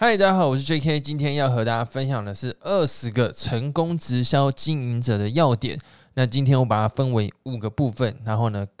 嗨，大家好，我是 JK， 今天要和大家分享的是20个成功直销经营者的要点。那今天我把它分为5个部分，然后呢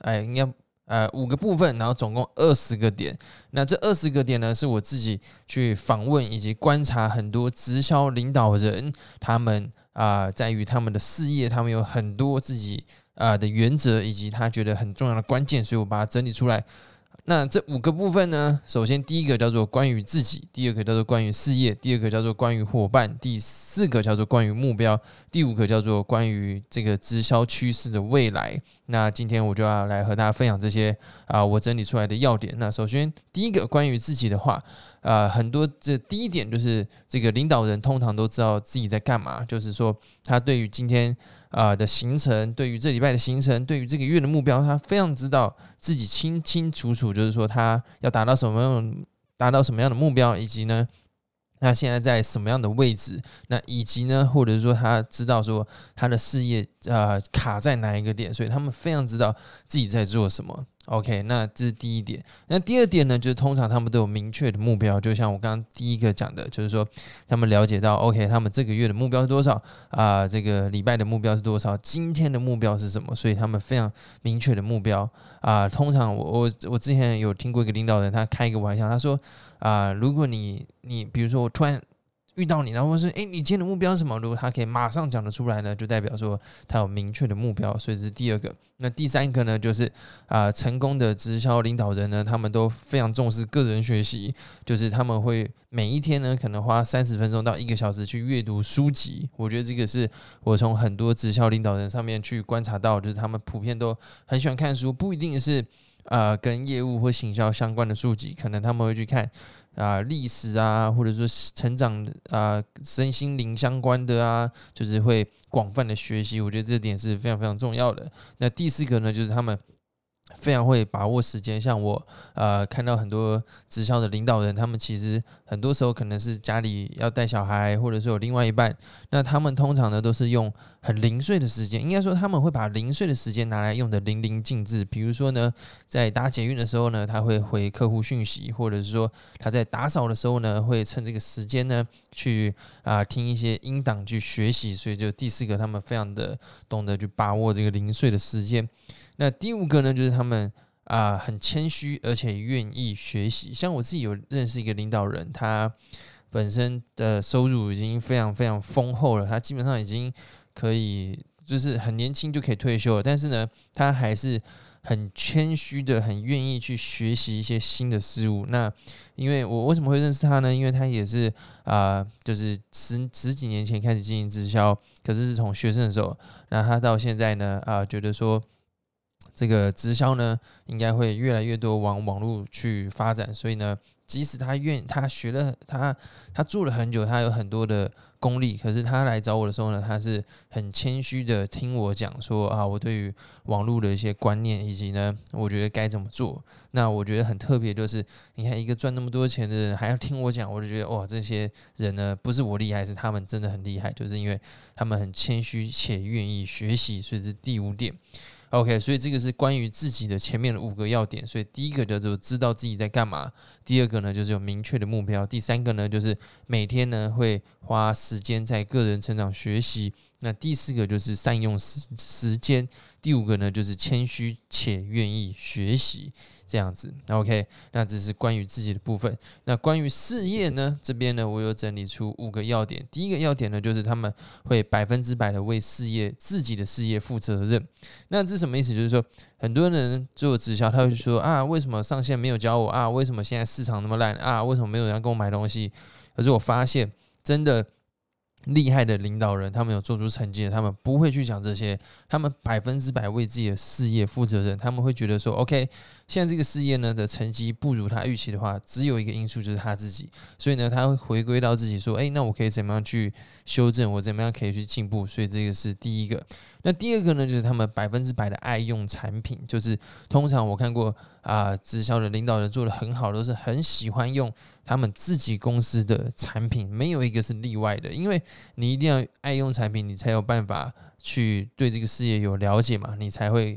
5个部分，然后总共20个点。那这20个点呢，是我自己去访问以及观察很多直销领导人，他们在于他们的事业，他们有很多自己的原则，以及他觉得很重要的关键，所以我把它整理出来。那这5个部分呢，首先第一个叫做关于自己，第二个叫做关于事业，第二个叫做关于伙伴，第4个叫做关于目标，第5个叫做关于这个直销趋势的未来。那今天我就要来和大家分享这些我整理出来的要点。那首先第一个关于自己的话，很多第一点就是这个领导人通常都知道自己在干嘛，就是说他对于今天的行程，对于这礼拜的行程，对于这个月的目标，他非常知道自己清清楚楚，就是说他要达到什么样的目标，以及呢他现在在什么样的位置，那以及呢，或者是说他知道说他的事业卡在哪一个点，所以他们非常知道自己在做什么。OK， 那这是第一点。那第二点呢，就是通常他们都有明确的目标，就像我刚刚第一个讲的，就是说他们了解到 OK， 他们这个月的目标是多少这个礼拜的目标是多少，今天的目标是什么，所以他们非常明确的目标通常我之前有听过一个领导人，他开一个玩笑，他说如果你比如说我突然遇到你，然后说你今天的目标是什么？如果他可以马上讲得出来呢，就代表说他有明确的目标，所以这是第二个。那第3个呢，就是成功的直销领导人呢，他们都非常重视个人学习，就是他们会每一天呢，可能花30分钟到1个小时去阅读书籍。我觉得这个是我从很多直销领导人上面去观察到，就是他们普遍都很喜欢看书，不一定是跟业务或行销相关的书籍，可能他们会去看历史或者说成长身心灵相关的就是会广泛的学习，我觉得这点是非常非常重要的。那第4个呢，就是他们非常会把握时间，像我看到很多直销的领导人，他们其实很多时候可能是家里要带小孩，或者是有另外一半，那他们通常呢都是用很零碎的时间，应该说他们会把零碎的时间拿来用的淋漓尽致。比如说呢，在搭捷运的时候呢，他会回客户讯息，或者是说他在打扫的时候呢，会趁这个时间呢去听一些音档去学习。所以就第4个，他们非常的懂得去把握这个零碎的时间。那第5个呢，就是他们很谦虚，而且愿意学习。像我自己有认识一个领导人，他本身的收入已经非常非常丰厚了，他基本上已经可以就是很年轻就可以退休了，但是呢，他还是很谦虚的，很愿意去学习一些新的事物。那因为我为什么会认识他呢？因为他也是就是十几年前开始经营直销，可是从学生的时候，那他到现在呢觉得说这个直销呢应该会越来越多往网络去发展，所以呢，即使他学了他做了很久，他有很多的功力，可是他来找我的时候呢，他是很谦虚的听我讲说我对于网络的一些观念，以及呢我觉得该怎么做。那我觉得很特别，就是你看一个赚那么多钱的人还要听我讲，我就觉得哇，这些人呢不是我厉害，是他们真的很厉害，就是因为他们很谦虚且愿意学习，所以是第5点。OK， 所以这个是关于自己的前面的5个要点。所以第一个叫做知道自己在干嘛，第2个呢就是有明确的目标，第3个呢就是每天呢会花时间在个人成长学习，那第4个就是善用时间，第5个呢就是谦虚且愿意学习，这样子。OK， 那这是关于自己的部分。那关于事业呢，这边呢我有整理出5个要点。第一个要点呢，就是他们会100%的为自己的事业负责任。那这是什么意思？就是说很多人做直销，他会说为什么上线没有教我为什么现在市场那么烂为什么没有人跟我买东西？可是我发现真的厉害的领导人，他们有做出成绩的，他们不会去讲这些，他们100%为自己的事业负责任。他们会觉得说 OK， 现在这个事业呢的成绩不如他预期的话，只有一个因素就是他自己，所以呢他会回归到自己说那我可以怎么样去修正，我怎么样可以去进步。所以这个是第一个。那第2个呢，就是他们100%的爱用产品，就是通常我看过直销的领导人做得很好，都是很喜欢用他们自己公司的产品，没有一个是例外的。因为你一定要爱用产品，你才有办法去对这个事业有了解嘛，你才会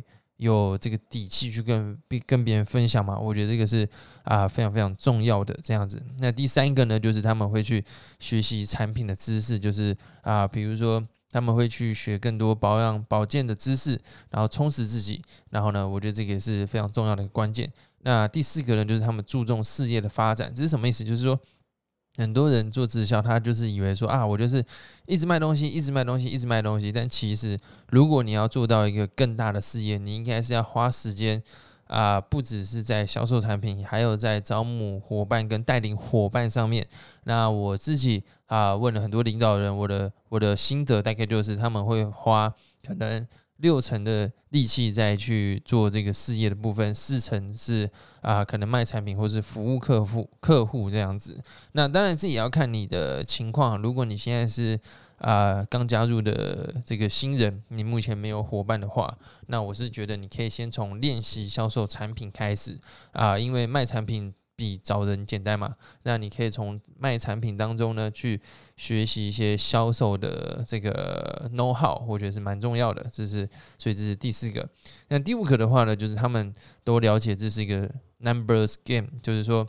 有这个底气去跟别人分享嘛。我觉得这个是非常非常重要的这样子。那第三个呢，就是他们会去学习产品的知识，就是比如说他们会去学更多保养保健的知识，然后充实自己。然后呢，我觉得这个也是非常重要的一个关键。那第四个呢，就是他们注重事业的发展。这是什么意思？就是说，很多人做直销，他就是以为说我就是一直卖东西，一直卖东西，一直卖东西。但其实，如果你要做到一个更大的事业，你应该是要花时间不只是在销售产品，还有在招募伙伴跟带领伙伴上面。那我自己问了很多领导人，我的心得大概就是他们会花可能60%的力气再去做这个事业的部分，40%是可能卖产品或是服务客户这样子。那当然这也要看你的情况，如果你现在是刚加入的这个新人，你目前没有伙伴的话，那我是觉得你可以先从练习销售产品开始因为卖产品比找人简单嘛。那你可以从卖产品当中呢去学习一些销售的这个 know how， 我觉得是蛮重要的。所以这是第四个。那第五个的话呢，就是他们都了解这是一个 numbers game， 就是说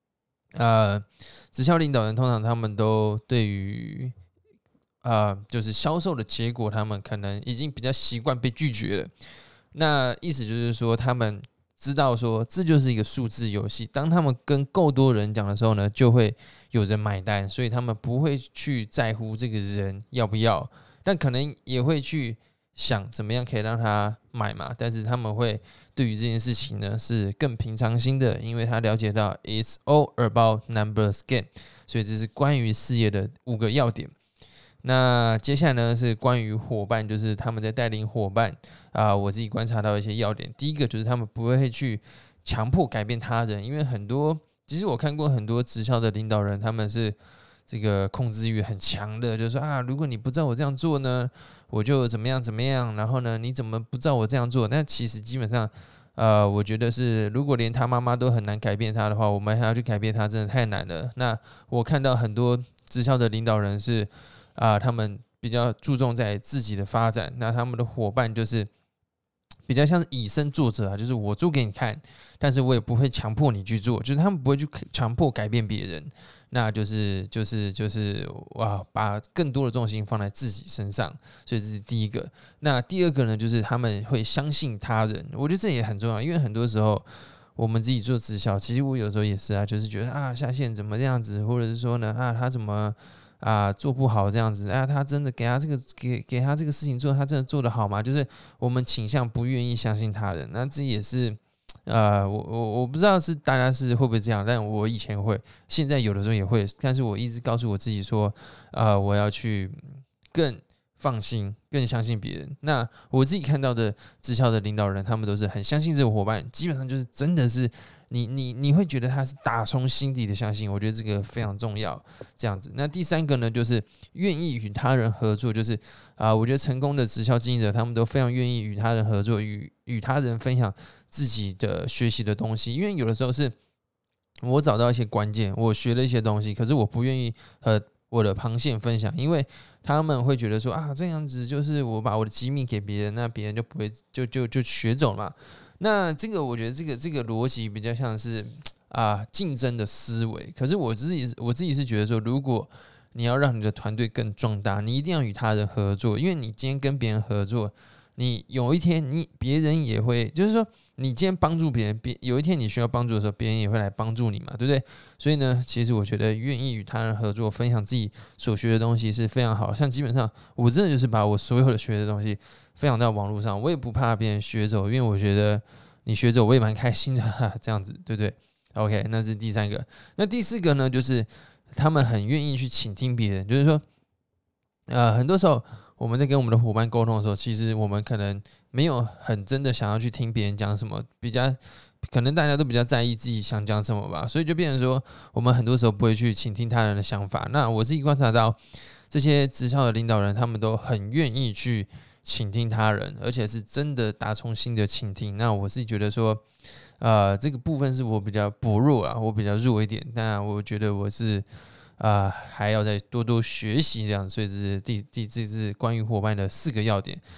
直销领导人通常他们都对于就是销售的结果，他们可能已经比较习惯被拒绝了。那意思就是说，他们知道说这就是一个数字游戏，当他们跟够多人讲的时候呢，就会有人买单，所以他们不会去在乎这个人要不要，但可能也会去想怎么样可以让他买嘛。但是他们会对于这件事情呢是更平常心的，因为他了解到 it's all about numbers game， 所以这是关于事业的5个要点。那接下来呢是关于伙伴，就是他们在带领伙伴我自己观察到一些要点。第一个就是他们不会去强迫改变他人，因为其实我看过很多直销的领导人，他们是这个控制欲很强的，就是说如果你不照我这样做呢，我就怎么样怎么样，然后呢你怎么不照我这样做？那其实基本上我觉得是，如果连他妈妈都很难改变他的话，我们还要去改变他，真的太难了。那我看到很多直销的领导人是他们比较注重在自己的发展，那他们的伙伴就是比较像是以身作则就是我做给你看，但是我也不会强迫你去做，就是他们不会去强迫改变别人，那就是把更多的重心放在自己身上，所以这是第一个。那第二个呢，就是他们会相信他人，我觉得这也很重要，因为很多时候我们自己做直销，其实我有时候也是就是觉得下线怎么这样子，或者是说呢他怎么做不好这样子他真的给他这个事情做，他真的做得好吗？就是我们倾向不愿意相信他人，那这也是我不知道是大家是会不会这样，但我以前会，现在有的时候也会，但是我一直告诉我自己说我要去更放心，更相信别人。那我自己看到的直销的领导人，他们都是很相信这个伙伴，基本上就是真的是你会觉得他是打从心底的相信，我觉得这个非常重要。这样子，那第三个呢，就是愿意与他人合作，就是我觉得成功的直销经营者，他们都非常愿意与他人合作，与他人分享自己的学习的东西，因为有的时候是我找到一些关键，我学了一些东西，可是我不愿意和我的旁线分享，因为他们会觉得说这样子就是我把我的机密给别人，那别人就不会就学走了嘛。那这个我觉得这个逻辑比较像是竞争的思维，可是我自己是觉得说，如果你要让你的团队更壮大，你一定要与他人合作，因为你今天跟别人合作，你有一天别人也会，就是说你今天帮助别人，有一天你需要帮助的时候，别人也会来帮助你嘛，对不对？所以呢，其实我觉得愿意与他人合作，分享自己所学的东西是非常好。像基本上我真的就是把我所有的学的东西分享到网络上，我也不怕别人学走，因为我觉得你学走我也蛮开心的这样子，对不对？OK， 那是第三个。那第四个呢，就是他们很愿意去倾听别人，就是说，很多时候我们在跟我们的伙伴沟通的时候，其实我们可能没有很真的想要去听别人讲什么，可能大家都比较在意自己想讲什么吧，所以就变成说，我们很多时候不会去倾听他人的想法。那我自己观察到，这些直销的领导人，他们都很愿意去倾听他人，而且是真的打从心的倾听。那我是觉得说，这个部分是我比较薄弱我比较弱一点。那我觉得我是还要再多多学习这样。所以这是关于伙伴的4个要点。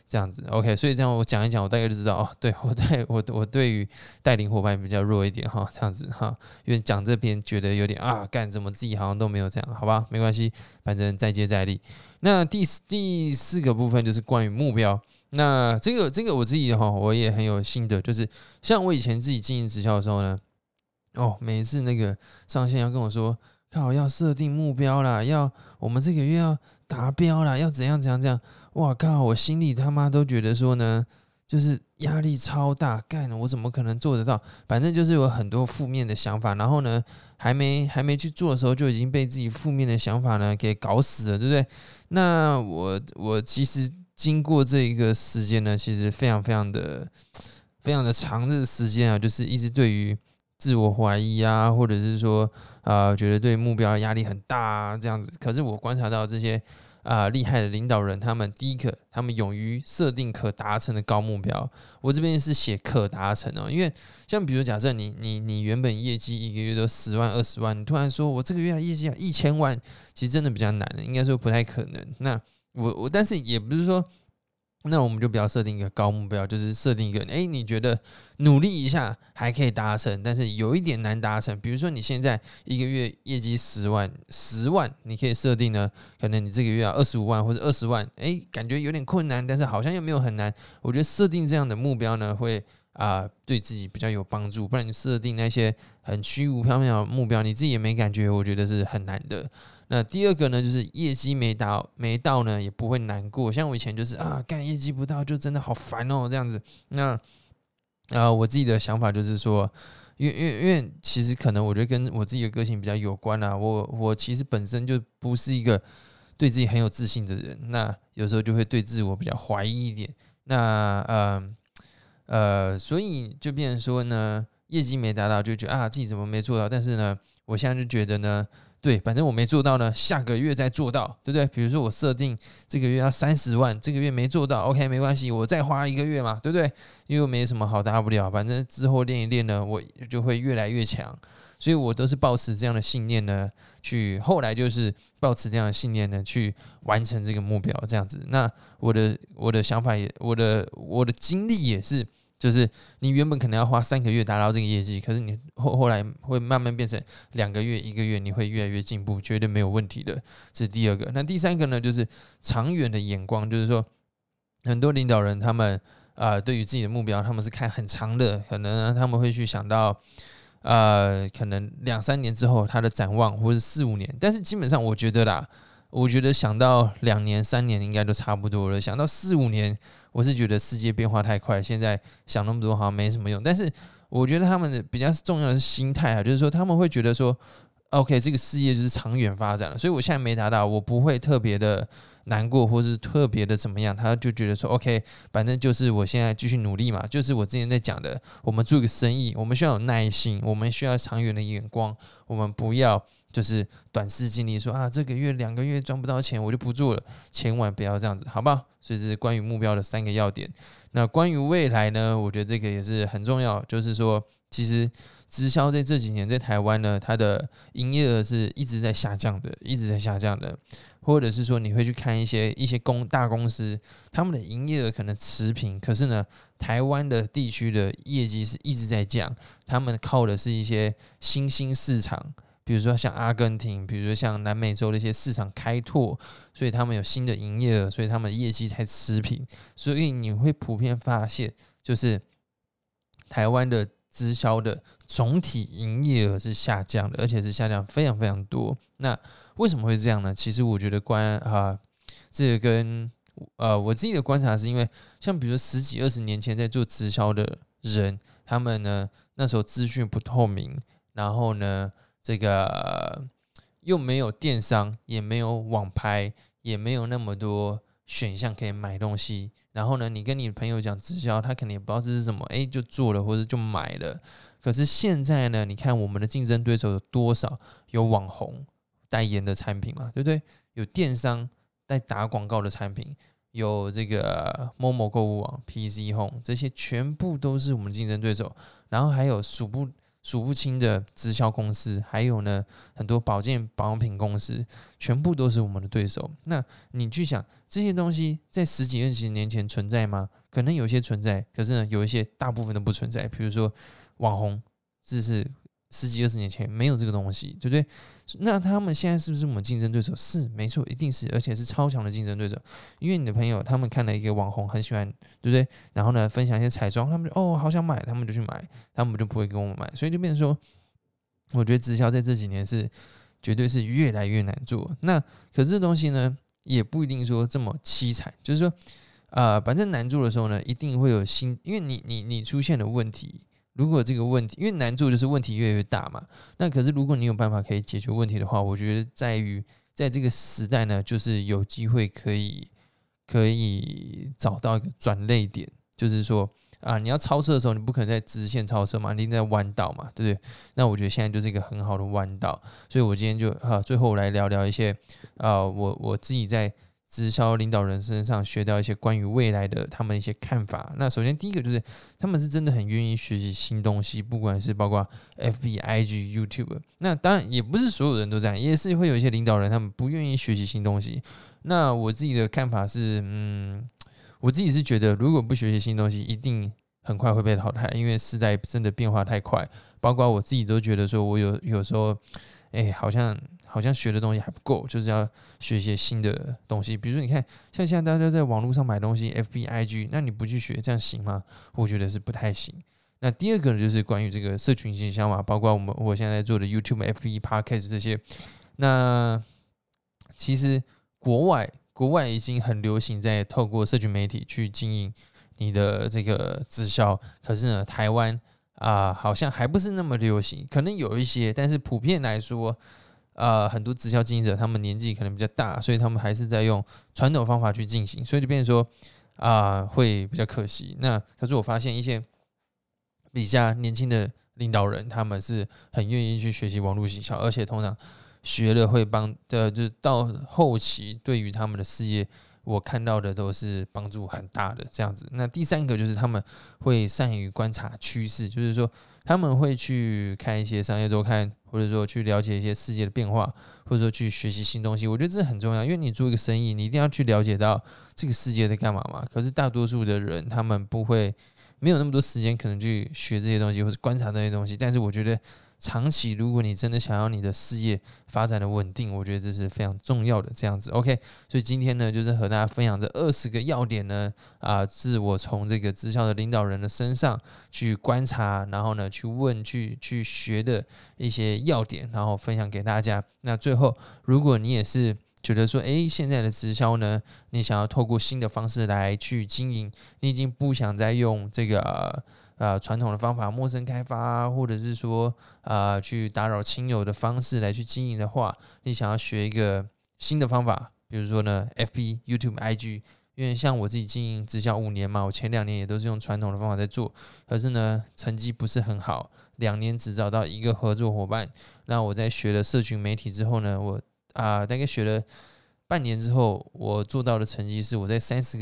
这样子，OK，所以这样我讲一讲，我大概就知道哦，对我对于带领伙伴比较弱一点哈，这样子哈，因为讲这边觉得有点干怎么自己好像都没有这样，好吧，没关系，反正再接再厉。那第四个部分就是关于目标。那这个我自己哈，我也很有心得，就是像我以前自己经营直销的时候呢，每一次那个上线要跟我说，靠，要设定目标啦，我们这个月要达标啦，要怎样怎样怎样，哇靠，我心里他妈都觉得说呢，就是压力超大，干，我怎么可能做得到？反正就是有很多负面的想法，然后呢，还没去做的时候，就已经被自己负面的想法呢给搞死了，对不对？那我其实经过这一个时间呢，其实非常的长的时间啊，就是一直对于自我怀疑啊，或者是说觉得对目标压力很大啊这样子。可是我观察到这些厉害的领导人，他们第一个，他们勇于设定可达成的高目标。我这边是写可达成哦，因为像比如假设你原本业绩一个月都10万20万，你突然说我这个月业绩要1000万，其实真的比较难的，应该说不太可能。那但是也不是说。那我们就不要设定一个高目标，就是设定一个，你觉得努力一下还可以达成，但是有一点难达成。比如说你现在一个月业绩10万，你可以设定呢，可能你这个月要25万或者20万，感觉有点困难，但是好像又没有很难。我觉得设定这样的目标呢，会对自己比较有帮助。不然你设定那些很虚无缥缈的目标，你自己也没感觉，我觉得是很难的。那第二个呢，就是业绩没到呢，也不会难过。像我以前就是干业绩不到，就真的好烦哦，这样子。那我自己的想法就是说，因为其实可能我觉得跟我自己的个性比较有关啊。我其实本身就不是一个对自己很有自信的人，那有时候就会对自我比较怀疑一点。那所以就变成说呢，业绩没达到，就觉得自己怎么没做到？但是呢，我现在就觉得呢。对，反正我没做到呢，下个月再做到，对不对？比如说我设定这个月要30万，这个月没做到 ，OK， 没关系，我再花1个月嘛，对不对？因为没什么好大不了，反正之后练一练呢，我就会越来越强。所以我都是抱持这样的信念呢，后来就是抱持这样的信念呢，去完成这个目标，这样子。那我的想法也，我的经历也是。就是你原本可能要花3个月达到这个业绩，可是你后来会慢慢变成2个月、1个月，你会越来越进步，绝对没有问题的。这是第二个。那第三个呢，就是长远的眼光，就是说很多领导人他们对于自己的目标，他们是看很长的，可能他们会去想到可能2-3年之后他的展望，或是4-5年。但是基本上我觉得想到2年、3年应该都差不多了，想到4-5年。我是觉得世界变化太快，现在想那么多好像没什么用。但是我觉得他们比较重要的是心态啊，就是说他们会觉得说 ，OK， 这个事业就是长远发展了，所以我现在没达到，我不会特别的难过，或是特别的怎么样。他就觉得说 ，OK， 反正就是我现在继续努力嘛，就是我之前在讲的，我们做一个生意，我们需要有耐心，我们需要长远的眼光，我们不要。就是短视近利，说这个月2个月赚不到钱，我就不做了，千万不要这样子，好不好？所以这是关于目标的3个要点。那关于未来呢，我觉得这个也是很重要，就是说，其实直销在这几年在台湾呢，它的营业额是一直在下降的，或者是说你会去看一些大公司，他们的营业额可能持平，可是呢，台湾的地区的业绩是一直在降，他们靠的是一些新兴市场。比如说像阿根廷，比如说像南美洲的一些市场开拓，所以他们有新的营业额，所以他们的业绩才持平。所以你会普遍发现，就是台湾的直销的总体营业额是下降的，而且是下降非常非常多。那为什么会这样呢？其实我觉得这个跟我自己的观察是因为，像比如说10几20年前在做直销的人，他们呢那时候资讯不透明，然后呢。这个又没有电商，也没有网拍，也没有那么多选项可以买东西。然后呢，你跟你的朋友讲直销，他可能也不知道这是什么，就做了或者就买了。可是现在呢，你看我们的竞争对手有多少？有网红代言的产品嘛，对不对？有电商在打广告的产品，有这个 Momo 购物网、PC Home， 这些全部都是我们的竞争对手。然后还有数数不清的直销公司，还有呢很多保养品公司，全部都是我们的对手。那你去想这些东西在十几二十年前存在吗？可能有些存在，可是呢有一些大部分都不存在。比如说网红，这是十几二十年前没有这个东西，对不对？那他们现在是不是我们竞争对手？是，没错，一定是，而且是超强的竞争对手。因为你的朋友他们看了一个网红很喜欢，对不对？然后呢分享一些彩妆，他们就好想买，他们就去买，他们就不会跟我们买，所以就变成说，我觉得直销在这几年是绝对是越来越难做。那可是这东西呢，也不一定说这么凄惨，就是说，反正难做的时候呢，一定会有因为你出现了问题。如果这个问题，因为难做就是问题越来越大嘛，那可是如果你有办法可以解决问题的话，我觉得在于在这个时代呢，就是有机会可以找到一个转捩点，就是说你要超车的时候，你不可能在直线超车嘛，你一定在弯道嘛，对不对？那我觉得现在就是一个很好的弯道，所以我今天就最后来聊聊一些我自己在直销领导人身上学到一些关于未来的他们一些看法。那首先第一个就是他们是真的很愿意学习新东西，不管是包括 FB、IG、YouTube。那当然也不是所有人都这样，也是会有一些领导人他们不愿意学习新东西。那我自己的看法是，我自己是觉得如果不学习新东西，一定很快会被淘汰，因为时代真的变化太快。包括我自己都觉得说，我有时候，好像学的东西还不够，就是要学一些新的东西。比如说，你看，像现在大家都在网络上买东西，FB、IG，那你不去学，这样行吗？我觉得是不太行。那第二个呢，就是关于这个社群行销嘛，包括我现在在做的 YouTube、FB、Podcast 这些。那其实国外已经很流行在透过社群媒体去经营你的这个直销，可是呢，台湾好像还不是那么流行，可能有一些，但是普遍来说。很多直销经营者他们年纪可能比较大，所以他们还是在用传统方法去进行，所以就变成说会比较可惜。那可是我发现一些比较年轻的领导人，他们是很愿意去学习网络行销，而且通常学了会就是到后期对于他们的事业，我看到的都是帮助很大的这样子。那第三个就是他们会善于观察趋势，就是说他们会去看一些商业周刊，或者说去了解一些世界的变化，或者说去学习新东西。我觉得这很重要，因为你做一个生意，你一定要去了解到这个世界在干嘛嘛。可是大多数的人他们没有那么多时间可能去学这些东西，或者观察这些东西。但是我觉得长期如果你真的想要你的事业发展的稳定，我觉得这是非常重要的这样子。OK， 所以今天呢，就是和大家分享这20个要点呢，是我从这个直销的领导人的身上去观察，然后呢去问、去学的一些要点，然后分享给大家。那最后，如果你也是觉得说，现在的直销呢，你想要透过新的方式来去经营，你已经不想再用这个传统的方法，陌生开发或者是说去打扰亲友的方式来去经营的话，你想要学一个新的方法，比如说呢 FB、YouTube、IG， 因为像我自己经营直销5年嘛，我前2年也都是用传统的方法在做，可是呢成绩不是很好，2年只找到1个合作伙伴。那我在学了社群媒体之后呢，我大概学了半年之后，我做到的成绩是我在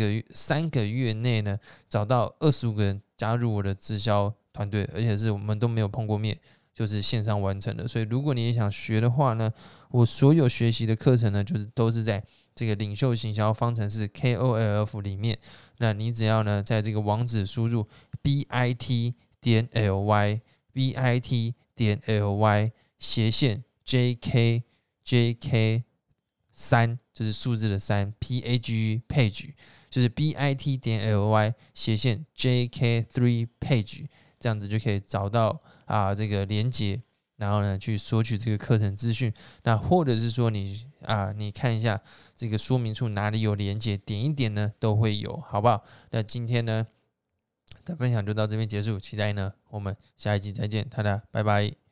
3个月内呢，找到25个人加入我的直销团队，而且是我们都没有碰过面，就是线上完成的。所以如果你也想学的话呢，我所有学习的课程呢，就是都是在这个领袖行销方程式 KOLF 里面。那你只要呢在这个网址输入 bit.ly JK 3，就是数字的3 page 就是 bit.ly JK3 page， 这样子就可以找到这个连结，然后呢去索取这个课程资讯。那或者是说你看一下这个说明处哪里有连结，点一点呢都会有，好不好？那今天呢的分享就到这边结束，期待呢我们下一集再见，大家拜拜。